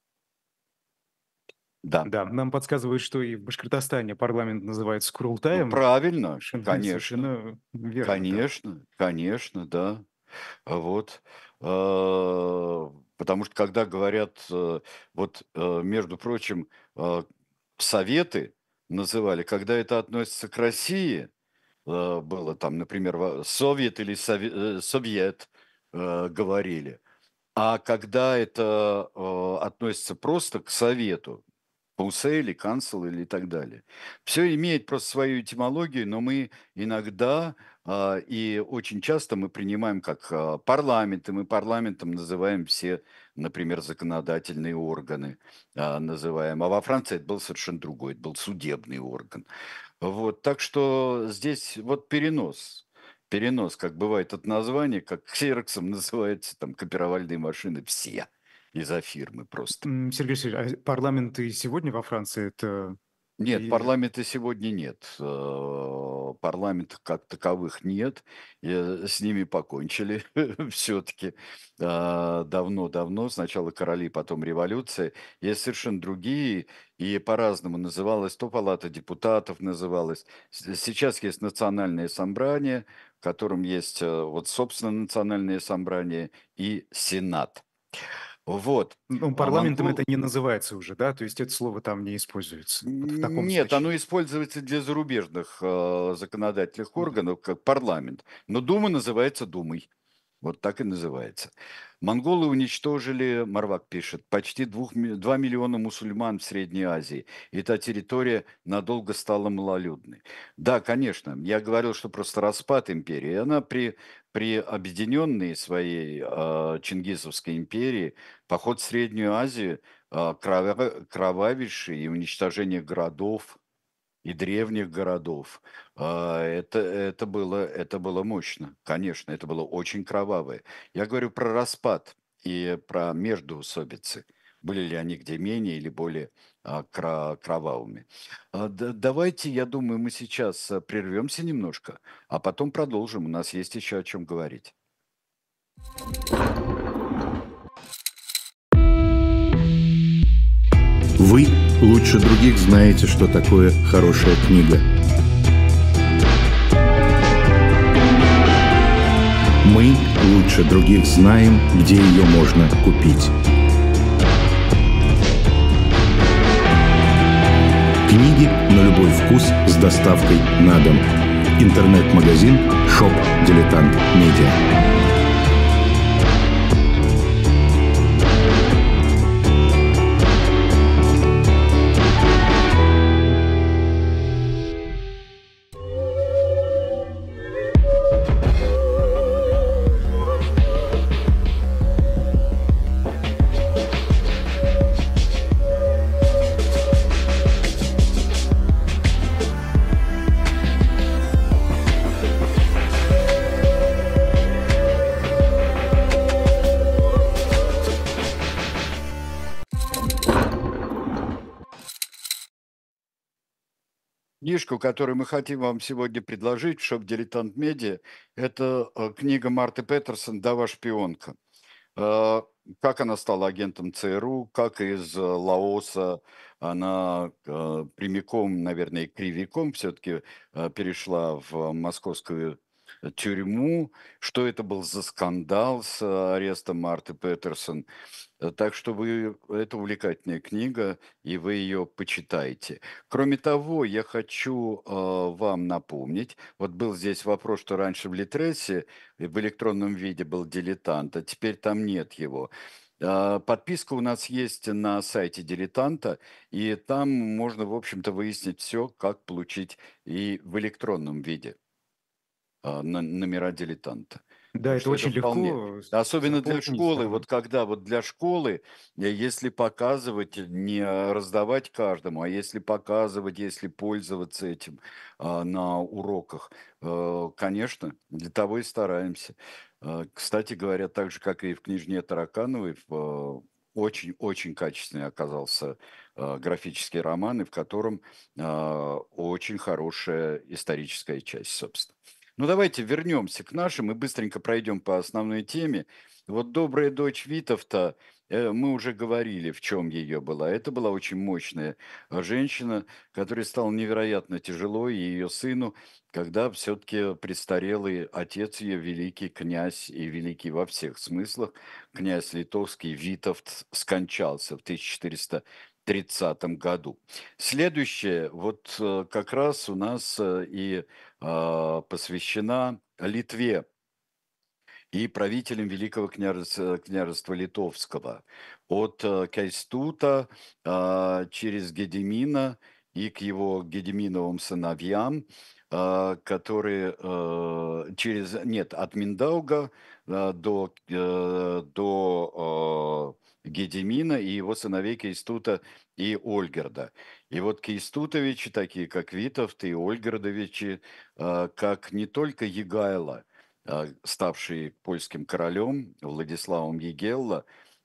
B: Да.
A: Да, нам подсказывают, что и в Башкортостане парламент называется
B: Ну,
A: Курултаем.
B: правильно, конечно,
A: Совершенно верно, да.
B: конечно, конечно, да. Вот, потому что когда говорят, между прочим, советы называли, когда это относится к России, было там, например, совет или совет, говорили. А когда это, относится просто к совету, Паусе или Кансел или так далее. Все имеет просто свою этимологию, но мы иногда, и очень часто мы принимаем как, парламент, и мы парламентом называем все, например, законодательные органы, называем. А во Франции это был совершенно другой, это был судебный орган. Вот, так что здесь вот перенос. Перенос, как бывает от названия, как ксероксом называются там копировальные машины все из-за фирмы просто.
A: Сергей Алексеевич, а парламент и сегодня во Франции это
B: Нет,
A: и
B: парламента сегодня нет. Парламентов как таковых нет. С ними покончили все-таки давно-давно. Сначала короли, потом революция. Есть совершенно другие, и по-разному называлась. То палата депутатов называлась. Сейчас есть национальное собрание, в котором есть вот, собственно, национальное собрание и сенат. Вот.
A: ну, парламентом это
B: Монгол...
A: не называется уже, да? То есть это слово там не используется. Вот в таком
B: Нет, оно
A: значении.
B: используется для зарубежных, законодательных органов, как парламент. Но Дума называется Думой. Вот так и называется. Монголы уничтожили, Марвак пишет, почти 2 миллиона мусульман в Средней Азии. И та территория надолго стала малолюдной. Да, конечно, я говорил, что просто распад империи. Она при объединенной своей Чингисовской империи, поход в Среднюю Азию, кровавейший и уничтожение городов, и древних городов. Это было мощно, конечно, это было очень кровавое. Я говорю про распад и про междоусобицы. Были ли они где менее или более кровавыми. Давайте, я думаю, мы сейчас прервемся немножко, а потом продолжим. У нас есть еще о чем говорить.
C: Вы лучше других знаете, что такое хорошая книга. Мы лучше других знаем, где ее можно купить. Книги на любой вкус с доставкой на дом. Интернет-магазин «Шоп Дилетант Медиа».
B: Книжку, которую мы хотим вам сегодня предложить в «Шоп-Дилетант Медиа», это книга Марты Петерсон «Дава шпионка». Э, Как она стала агентом ЦРУ, как из Лаоса она прямиком, наверное, кривиком все-таки перешла в московскую тюрьму, что это был за скандал с арестом Марты Петерсон. Так что это увлекательная книга, и вы ее почитаете. Кроме того, я хочу вам напомнить, вот был здесь вопрос, что раньше в Литресе в электронном виде был «Дилетант», а теперь там нет его. Подписка у нас есть на сайте «Дилетанта», и там можно, в общем-то, выяснить все, как получить и в электронном виде номера «Дилетанта».
A: Да,
B: Так
A: это
B: что это
A: очень
B: вполне.
A: легко
B: Особенно для
A: запомнить,
B: школы.
A: да.
B: Вот когда вот для школы, если показывать, не раздавать каждому, а если показывать, если пользоваться этим на уроках, конечно, для того и стараемся. Кстати говоря, так же, как и в книжне Таракановой, очень-очень качественный оказался графический роман, и в котором очень хорошая историческая часть, собственно. Ну, давайте вернемся к нашим и быстренько пройдем по основной теме. Вот «Добрая дочь Витовта», мы уже говорили, в чем ее была. Это была очень мощная женщина, которой стало невероятно тяжело, и ее сыну, когда все-таки престарелый отец ее, великий князь, и великий во всех смыслах, князь литовский Витовт, скончался в 1430 году. Следующее, вот как раз у нас и посвящена Литве и правителям Великого княжества Литовского. От Кайстута через Гедемина и к его Гедеминовым сыновьям, которые нет, от Миндауга до Гедемина и его сыновей Кейстута и Ольгерда. И вот Кейстутовичи, такие как Витовт и Ольгердовичи, как не только Егайло, ставший польским королем Владиславом Егелла,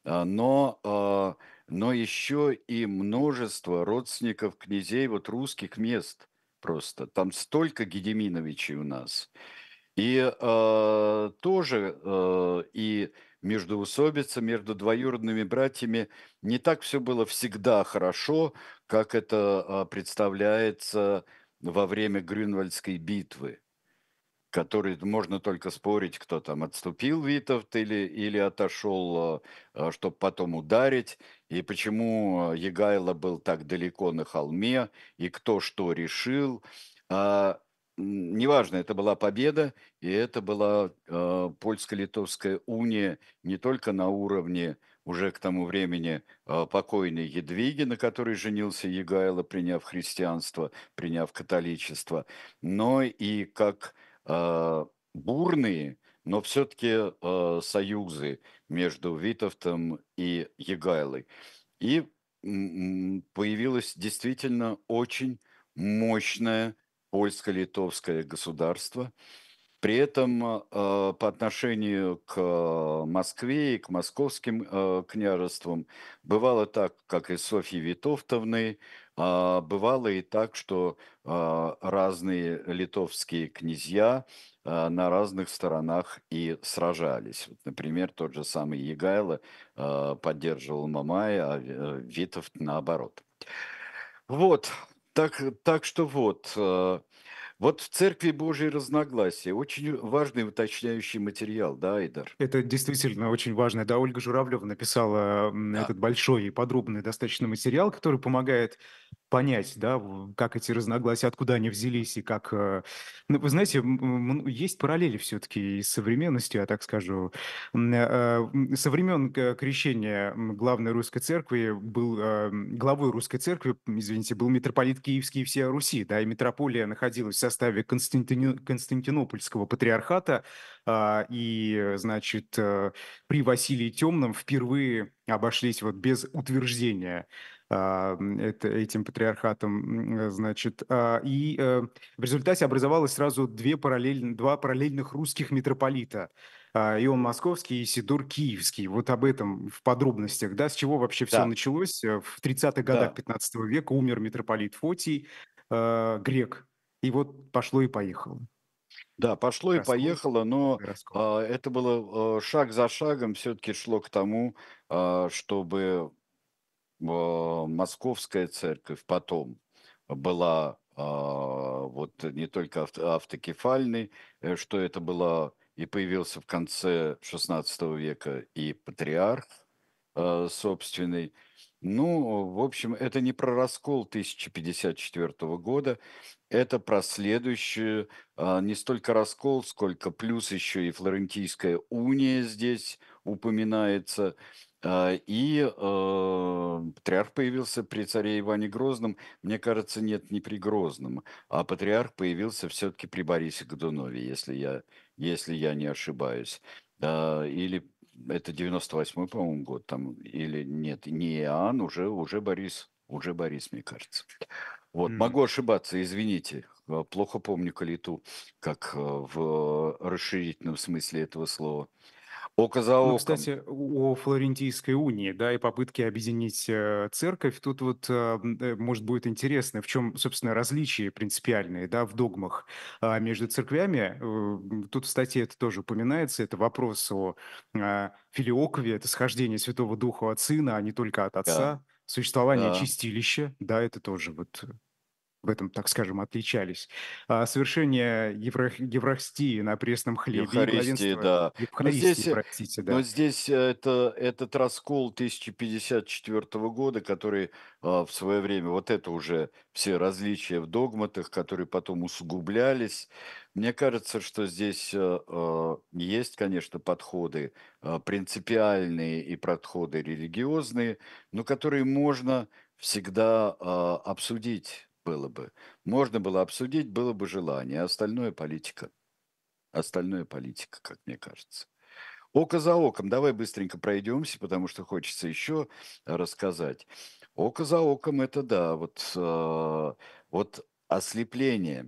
B: но еще и множество родственников князей вот русских мест просто. Там столько Гедеминовичей у нас. И тоже и междоусобица между двоюродными братьями не так все было всегда хорошо, как это представляется во время Грюнвальдской битвы, который можно только спорить, кто там отступил, Витовт или отошел, чтобы потом ударить, и почему Егайло был так далеко на холме, и кто что решил. А, Неважно, это была победа, и это была польско-литовская уния не только на уровне уже к тому времени покойной Едвиги, на которой женился Егайло, приняв христианство, приняв католичество, но и как бурные, но все-таки союзы между Витовтом и Егайлой. И появилось действительно очень мощное польско-литовское государство, При этом по отношению к Москве и к московским княжествам бывало так, как и с Софьей Витовтовной, бывало и так, что разные литовские князья на разных сторонах и сражались. Вот, например, тот же самый Егайло поддерживал Мамая, а Витовт наоборот. Вот, так что вот. Вот в Церкви Божьей разногласия. Очень важный уточняющий материал, да, Айдар?
A: Это действительно очень важно. Да, Ольга Журавлева написала
B: Да.
A: этот большой и подробный достаточно материал, который помогает понять, да, как эти разногласия, откуда они взялись и как... Ну, вы знаете, есть параллели все-таки и с современностью, я так скажу. Со времен крещения главной русской церкви был, главой русской церкви, извините, был митрополит Киевский и всея Руси, да, и митрополия находилась в составе Константинопольского патриархата, значит, при Василии Темном впервые обошлись вот без утверждения этим патриархатом, значит, в результате образовалось сразу два параллельных русских митрополита, Иоанн Московский и Сидор Киевский. Вот об этом в подробностях, да, с чего вообще все
B: Да,
A: началось. В 30-х годах
B: да,
A: 15 века умер митрополит Фотий, грек, и вот пошло и поехало.
B: да, пошло и
A: Раскол,
B: поехало, но
A: раскол.
B: это было шаг за шагом, все-таки шло к тому, чтобы Московская церковь потом была вот не только автокефальной, что это была и появился в конце XVI века и патриарх собственный. Ну, в общем, это не про раскол 1054 года, это про следующую, не столько раскол, сколько плюс еще и Флорентийская уния здесь упоминается. Патриарх появился при царе Иване Грозном. Мне кажется, нет, не при Грозном, а патриарх появился все-таки при Борисе Годунове, если я не ошибаюсь. Или это 98-й, по-моему, год, там, или нет, не Иоанн, уже Борис, мне кажется. Вот, могу ошибаться, извините, плохо помню калиту, как в расширительном смысле этого слова. Око за
A: Ну,
B: оком,
A: кстати, о Флорентийской унии, да, и попытке объединить церковь, тут вот, может, будет интересно, в чем, собственно, различия принципиальные, да, в догмах между церквями. Тут в статье это тоже упоминается, это вопрос о филиокове, это схождение Святого Духа от Сына, а не только от
B: да,
A: Отца, существование
B: да.
A: чистилища, да, это тоже вот в этом, так скажем, отличались. Совершение Евхаристии на престном хлебе и
B: Евхаристии,
A: главенство
B: да.
A: Евхаристии, простите,
B: Но
A: да.
B: здесь этот раскол 1054 года, который в свое время, вот это уже все различия в догматах, которые потом усугублялись. Мне кажется, что здесь есть, конечно, подходы принципиальные и подходы религиозные, но которые можно всегда обсудить было бы. Можно было обсудить, было бы желание, а остальное политика. Остальное политика, как мне кажется. Око за оком. Давай быстренько пройдемся, потому что хочется еще рассказать. Око за оком это да, вот ослепление.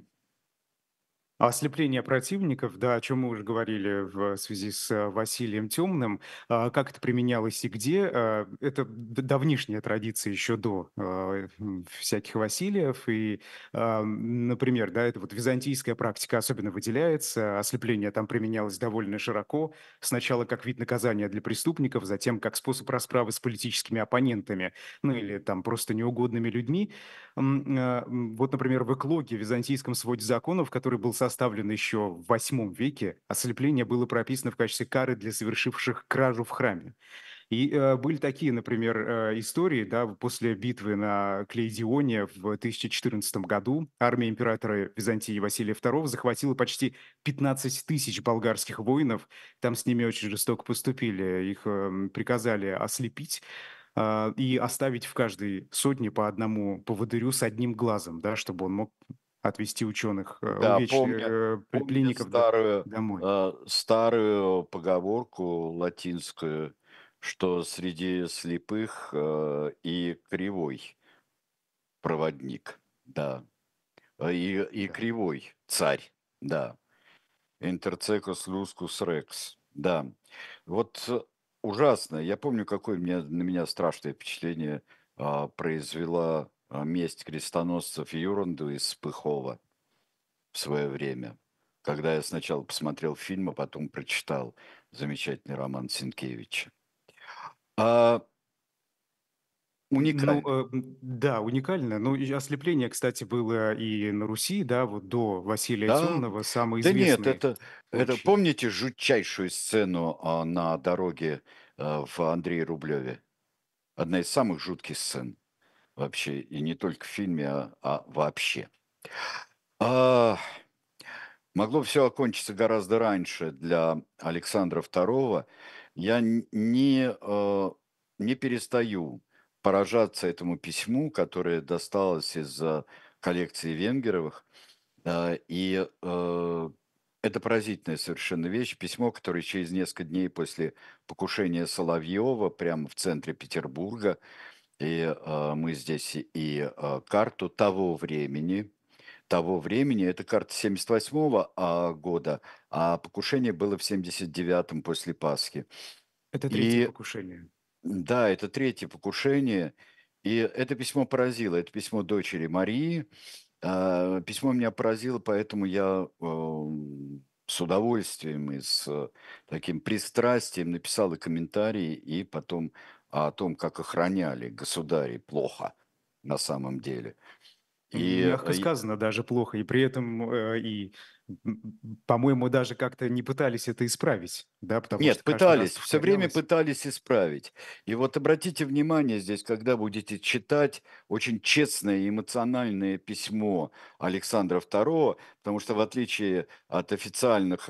A: А ослепление противников, да, о чем мы уже говорили в связи с Василием Темным, как это применялось и где, это давнишняя традиция еще до всяких Василиев. И, например, да, это вот византийская практика особенно выделяется. Ослепление там применялось довольно широко. Сначала как вид наказания для преступников, затем как способ расправы с политическими оппонентами, ну или там просто неугодными людьми. Вот, например, в Эклоге, византийском своде законов, который был составлен еще в VIII веке, ослепление было прописано в качестве кары для совершивших кражу в храме. И были такие, например, истории, да, после битвы на Клейдионе в 1014 году армия императора Византии Василия II захватила почти 15 тысяч болгарских воинов. Там с ними очень жестоко поступили. Их приказали ослепить и оставить в каждой сотне по одному поводырю с одним глазом, да, чтобы он мог отвести ученых,
B: Да, помню
A: пленников домой.
B: старую поговорку латинскую, что среди слепых и кривой проводник, да, и
A: Да.
B: кривой царь, да. Интерцекус лускус рекс. Да. Вот ужасно. Я помню, какое на меня страшное впечатление произвела месть крестоносцев Юранду из Спыхова в свое время. Когда я сначала посмотрел фильм, а потом прочитал замечательный роман Сенкевича. А,
A: Ну,
B: уникально.
A: да, уникально. Ну, и ослепление, кстати, было и на Руси, да, вот до Василия
B: Да,
A: Темного, самый
B: да нет,
A: известный
B: это
A: случай.
B: помните жутчайшую сцену на дороге в Андрее Рублеве? Одна из самых жутких сцен вообще, и не только в фильме, а вообще. А, могло все окончиться гораздо раньше для Александра II. Я не перестаю поражаться этому письму, которое досталось из коллекции Венгеровых. Это поразительная совершенно вещь. Письмо, которое через несколько дней после покушения Соловьева прямо в центре Петербурга. И мы здесь и карту того времени, это карта 78-го года, а покушение было в 79-м после Пасхи.
A: Это третье
B: И
A: покушение.
B: да, это третье покушение, и это письмо поразило, это письмо дочери Марии. Письмо меня поразило, поэтому я с удовольствием и с таким пристрастием написал и комментарий, и потом о том, как охраняли государей плохо на самом деле. И
A: Мягко сказано, даже плохо. И при этом, по-моему, даже как-то не пытались это исправить, да, потому
B: нет,
A: что каждый раз
B: пытались, все время
A: повторялось.
B: пытались исправить. И вот обратите внимание здесь, когда будете читать очень честное и эмоциональное письмо Александра II, потому что в отличие от официальных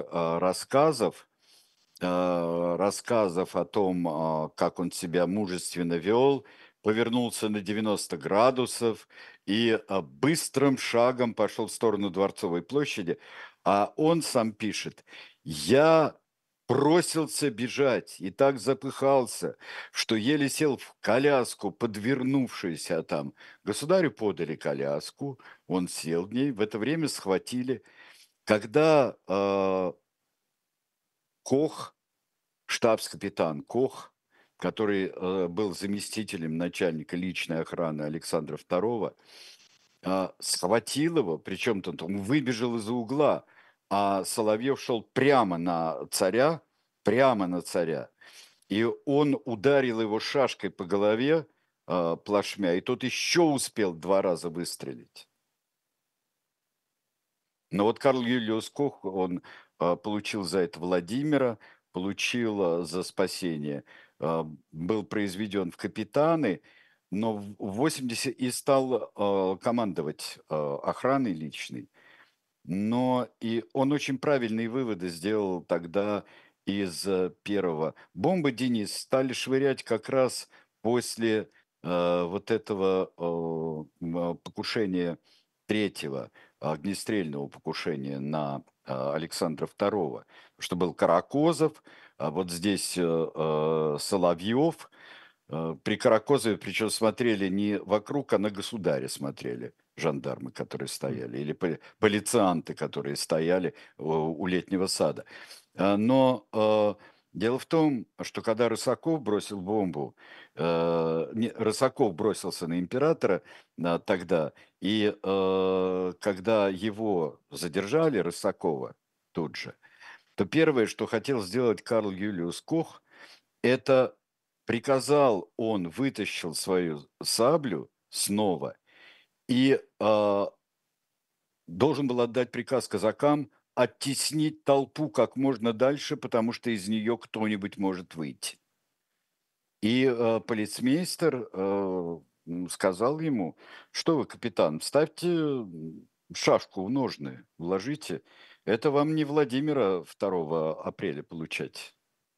B: рассказов о том, как он себя мужественно вел, повернулся на 90 градусов и быстрым шагом пошел в сторону Дворцовой площади. А он сам пишет: «Я бросился бежать и так запыхался, что еле сел в коляску, подвернувшуюся там. Государю подали коляску, он сел в ней, в это время схватили. Когда Кох, штабс-капитан Кох, который был заместителем начальника личной охраны Александра II, схватил его, причем он выбежал из-за угла, а Соловьев шел прямо на царя, и он ударил его шашкой по голове плашмя, и тот еще успел 2 раза выстрелить. Но вот Карл Юлиус Кох, он получил за это Владимира, получил за спасение, был произведен в капитаны, но в 80 и стал командовать охраной личной. Но и он очень правильные выводы сделал тогда из первого. Бомбы, Денис, стали швырять как раз после вот этого покушения третьего, огнестрельного покушения на Александра II. Что был Каракозов, а вот здесь Соловьев. При Каракозове, причем смотрели не вокруг, а на государя смотрели жандармы, которые стояли, или полицианты, которые стояли у летнего сада. Но дело в том, что когда Рысаков бросил бомбу, Рысаков бросился на императора тогда, и когда его задержали, Рысакова, тут же, то первое, что хотел сделать Карл Юлиус Кох, это вытащил свою саблю снова и должен был отдать приказ казакам оттеснить толпу как можно дальше, потому что из нее кто-нибудь может выйти. И полицмейстер сказал ему: что вы, капитан, вставьте шашку в ножны, вложите. Это вам не Владимира 2 апреля получать.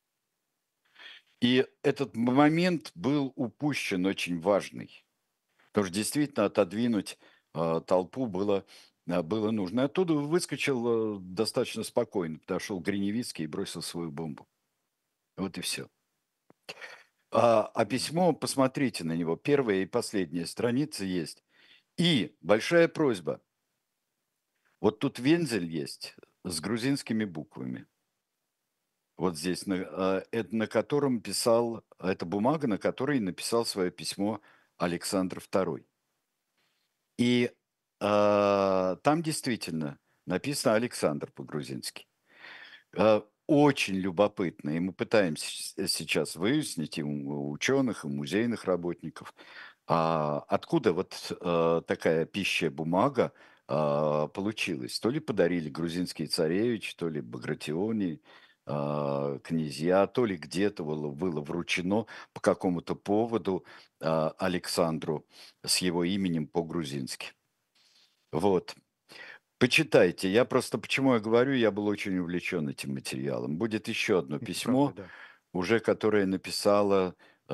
B: И этот момент был упущен очень важный. Потому что действительно отодвинуть толпу было нужно. И оттуда выскочил достаточно спокойно, подошел Гриневицкий и бросил свою бомбу. Вот и все. А письмо, посмотрите на него, первая и последняя страница есть. И большая просьба. Вот тут вензель есть, с грузинскими буквами. Вот здесь, это на котором писал, это бумага, на которой написал свое письмо Александр II. И там действительно написано Александр по-грузински. Очень любопытно, и мы пытаемся сейчас выяснить и у ученых, и у музейных работников, откуда вот такая пища бумага получилась. То ли подарили грузинские царевичи, то ли Багратиони, князья, то ли где-то было вручено по какому-то поводу Александру с его именем по-грузински. Вот. Почитайте. Я просто, почему я говорю, я был очень увлечен этим материалом. Будет еще одно
A: Это правда,
B: письмо,
A: да.
B: уже которое написала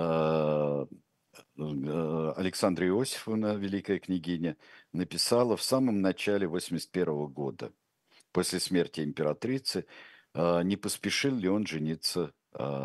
B: Александра Иосифовна, великая княгиня, написала в самом начале 81 года, после смерти императрицы, не поспешил ли он жениться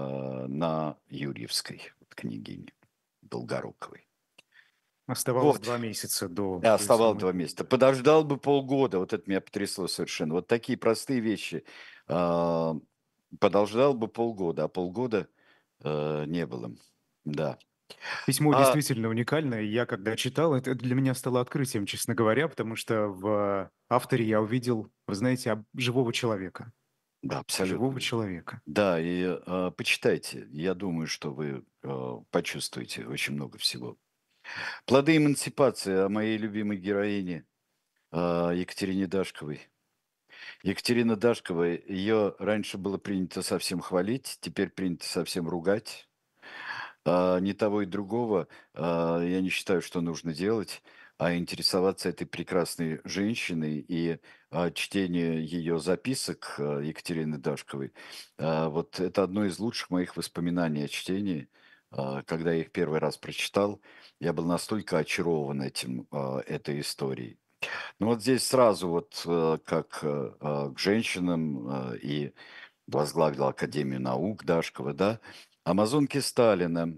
B: на Юрьевской княгине Долгоруковой.
A: Оставалось
B: Вот.
A: 2 месяца до той
B: Оставалось
A: самой.
B: 2 месяца.
A: Да.
B: Подождал бы полгода, вот это меня потрясло совершенно. Вот такие простые вещи. А, Подождал бы полгода, а полгода не было. Да.
A: Письмо
B: А,
A: действительно уникальное. Я когда читал, это для меня стало открытием, честно говоря, потому что в авторе я увидел, вы знаете, живого человека.
B: да,
A: Живого
B: абсолютно.
A: человека.
B: Да, и почитайте. Я думаю, что вы почувствуете очень много всего. «Плоды эмансипации» о моей любимой героине Екатерине Дашковой. Екатерина Дашкова, ее раньше было принято совсем хвалить, теперь принято совсем ругать. Ни того и другого я не считаю, что нужно делать, а интересоваться этой прекрасной женщиной и чтение ее записок Екатерины Дашковой. Вот это одно из лучших моих воспоминаний о чтении. Когда я их первый раз прочитал, я был настолько очарован этой историей. Ну вот здесь сразу вот как к женщинам и возглавила Академию наук Дашкова, да. Амазонки Сталина.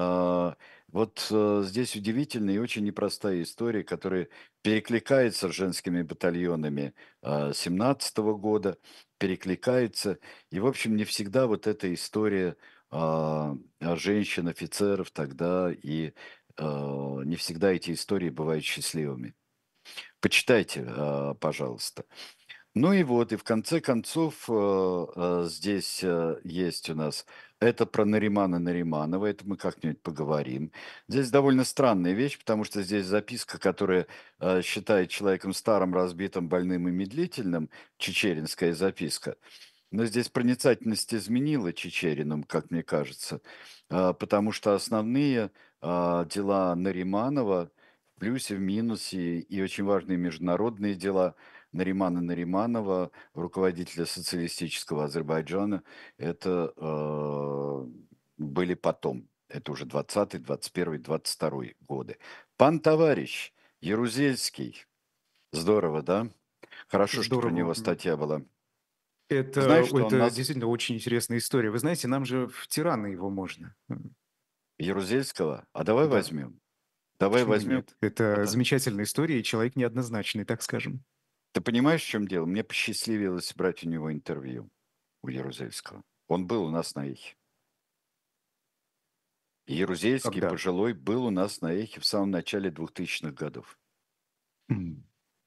B: Вот здесь удивительная и очень непростая история, которая перекликается с женскими батальонами 17 года, перекликается. И, в общем, не всегда вот эта история женщин, офицеров тогда, и не всегда эти истории бывают счастливыми. Почитайте, пожалуйста. Ну и вот, и в конце концов, здесь есть у нас это про Наримана Нариманова, это мы как-нибудь поговорим. Здесь довольно странная вещь, потому что здесь записка, которая считает человеком старым, разбитым, больным и медлительным, чечеринская записка. Но здесь проницательность изменила Чичериным, как мне кажется, потому что основные дела Нариманова в плюсе, в минусе и очень важные международные дела Наримана Нариманова, руководителя социалистического Азербайджана, это были потом. Это уже 20-й, 21-й, 22-й годы. Пан товарищ Ярузельский. Здорово, да? Хорошо, что про
A: Здорово.
B: него статья была. Знаешь, что он
A: Это
B: нас
A: действительно очень интересная история. Вы знаете, нам же в тираны его можно.
B: Ярузельского? А давай
A: Да,
B: возьмем. Давай
A: почему бы
B: возьмем.
A: нет? Это
B: Это...
A: замечательная история, и человек неоднозначный, так скажем.
B: Ты понимаешь, в чем дело? Мне посчастливилось брать у него интервью, у Ярузельского. Он был у нас на эхе. Ярузельский,
A: Когда?
B: пожилой, был у нас на эхе в самом начале 2000-х годов.
A: М.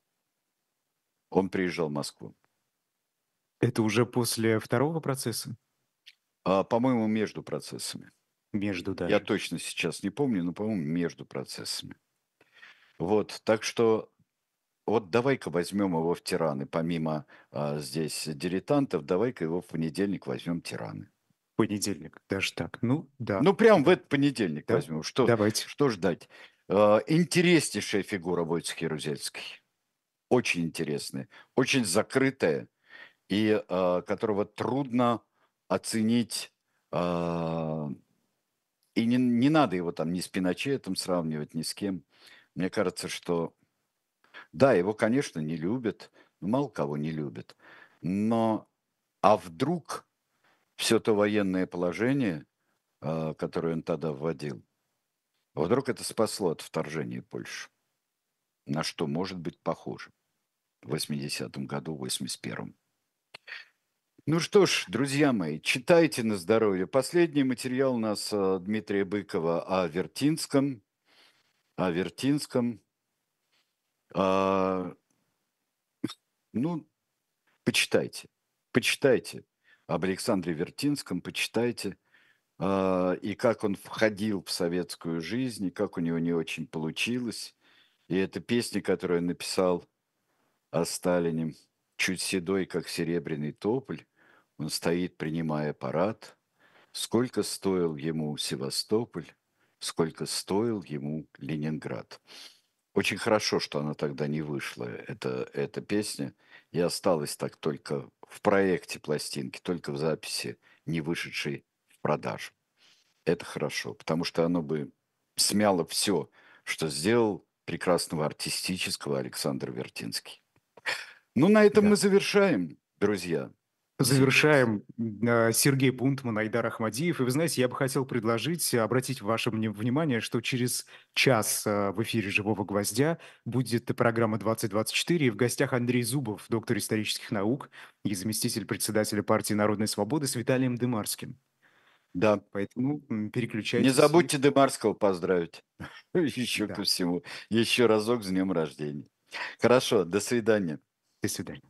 B: Он приезжал в Москву.
A: Это уже после второго процесса?
B: По-моему, между процессами.
A: Между
B: Я
A: даже.
B: точно сейчас не помню, но, по-моему, между процессами. Вот, так что вот давай-ка возьмем его в тираны. Помимо здесь дилетантов, давай-ка его в понедельник возьмем тираны.
A: Понедельник, даже так. Ну, да,
B: Ну, прям в
A: да,
B: этот понедельник
A: да.
B: возьмем.
A: Давайте.
B: Что ждать? Интереснейшая фигура Войцех Ярузельский. Очень интересная, очень закрытая, и которого трудно оценить. а, И не надо его там ни с Пиночетом сравнивать, ни с кем. Мне кажется, что да, его, конечно, не любят, мало кого не любят. Но а вдруг все то военное положение, которое он тогда вводил, вдруг это спасло от вторжения Польши? На что может быть похоже в 80-м году, в 81-м? Ну что ж, друзья мои, читайте на здоровье. Последний материал у нас Дмитрия Быкова о Вертинском. О Вертинском. А, ну, почитайте. Почитайте об Александре Вертинском, почитайте. И как он входил в советскую жизнь, и как у него не очень получилось. И эта песня, которую он написал о Сталине, чуть седой, как серебряный тополь, он стоит, принимая парад. Сколько стоил ему Севастополь, сколько стоил ему Ленинград. Очень хорошо, что она тогда не вышла, эта песня, и осталась так только в проекте пластинки, только в записи, не вышедшей в продажу. Это хорошо, потому что оно бы смяло все, что сделал прекрасного артистического Александр Вертинский. Ну, на этом
A: Да.
B: мы завершаем, друзья.
A: Завершаем. Сергей Пунтман, Айдар Ахмадиев. И вы знаете, я бы хотел предложить, обратить ваше внимание, что через час в эфире «Живого гвоздя» будет программа «2024». И в гостях Андрей Зубов, доктор исторических наук и заместитель председателя партии «Народная свобода» с Виталием Дымарским.
B: Да.
A: Поэтому
B: Не
A: переключайтесь.
B: забудьте Демарского поздравить. Еще
A: Да,
B: ко всему. Еще разок с днем рождения. Хорошо, до свидания.
A: до свидания.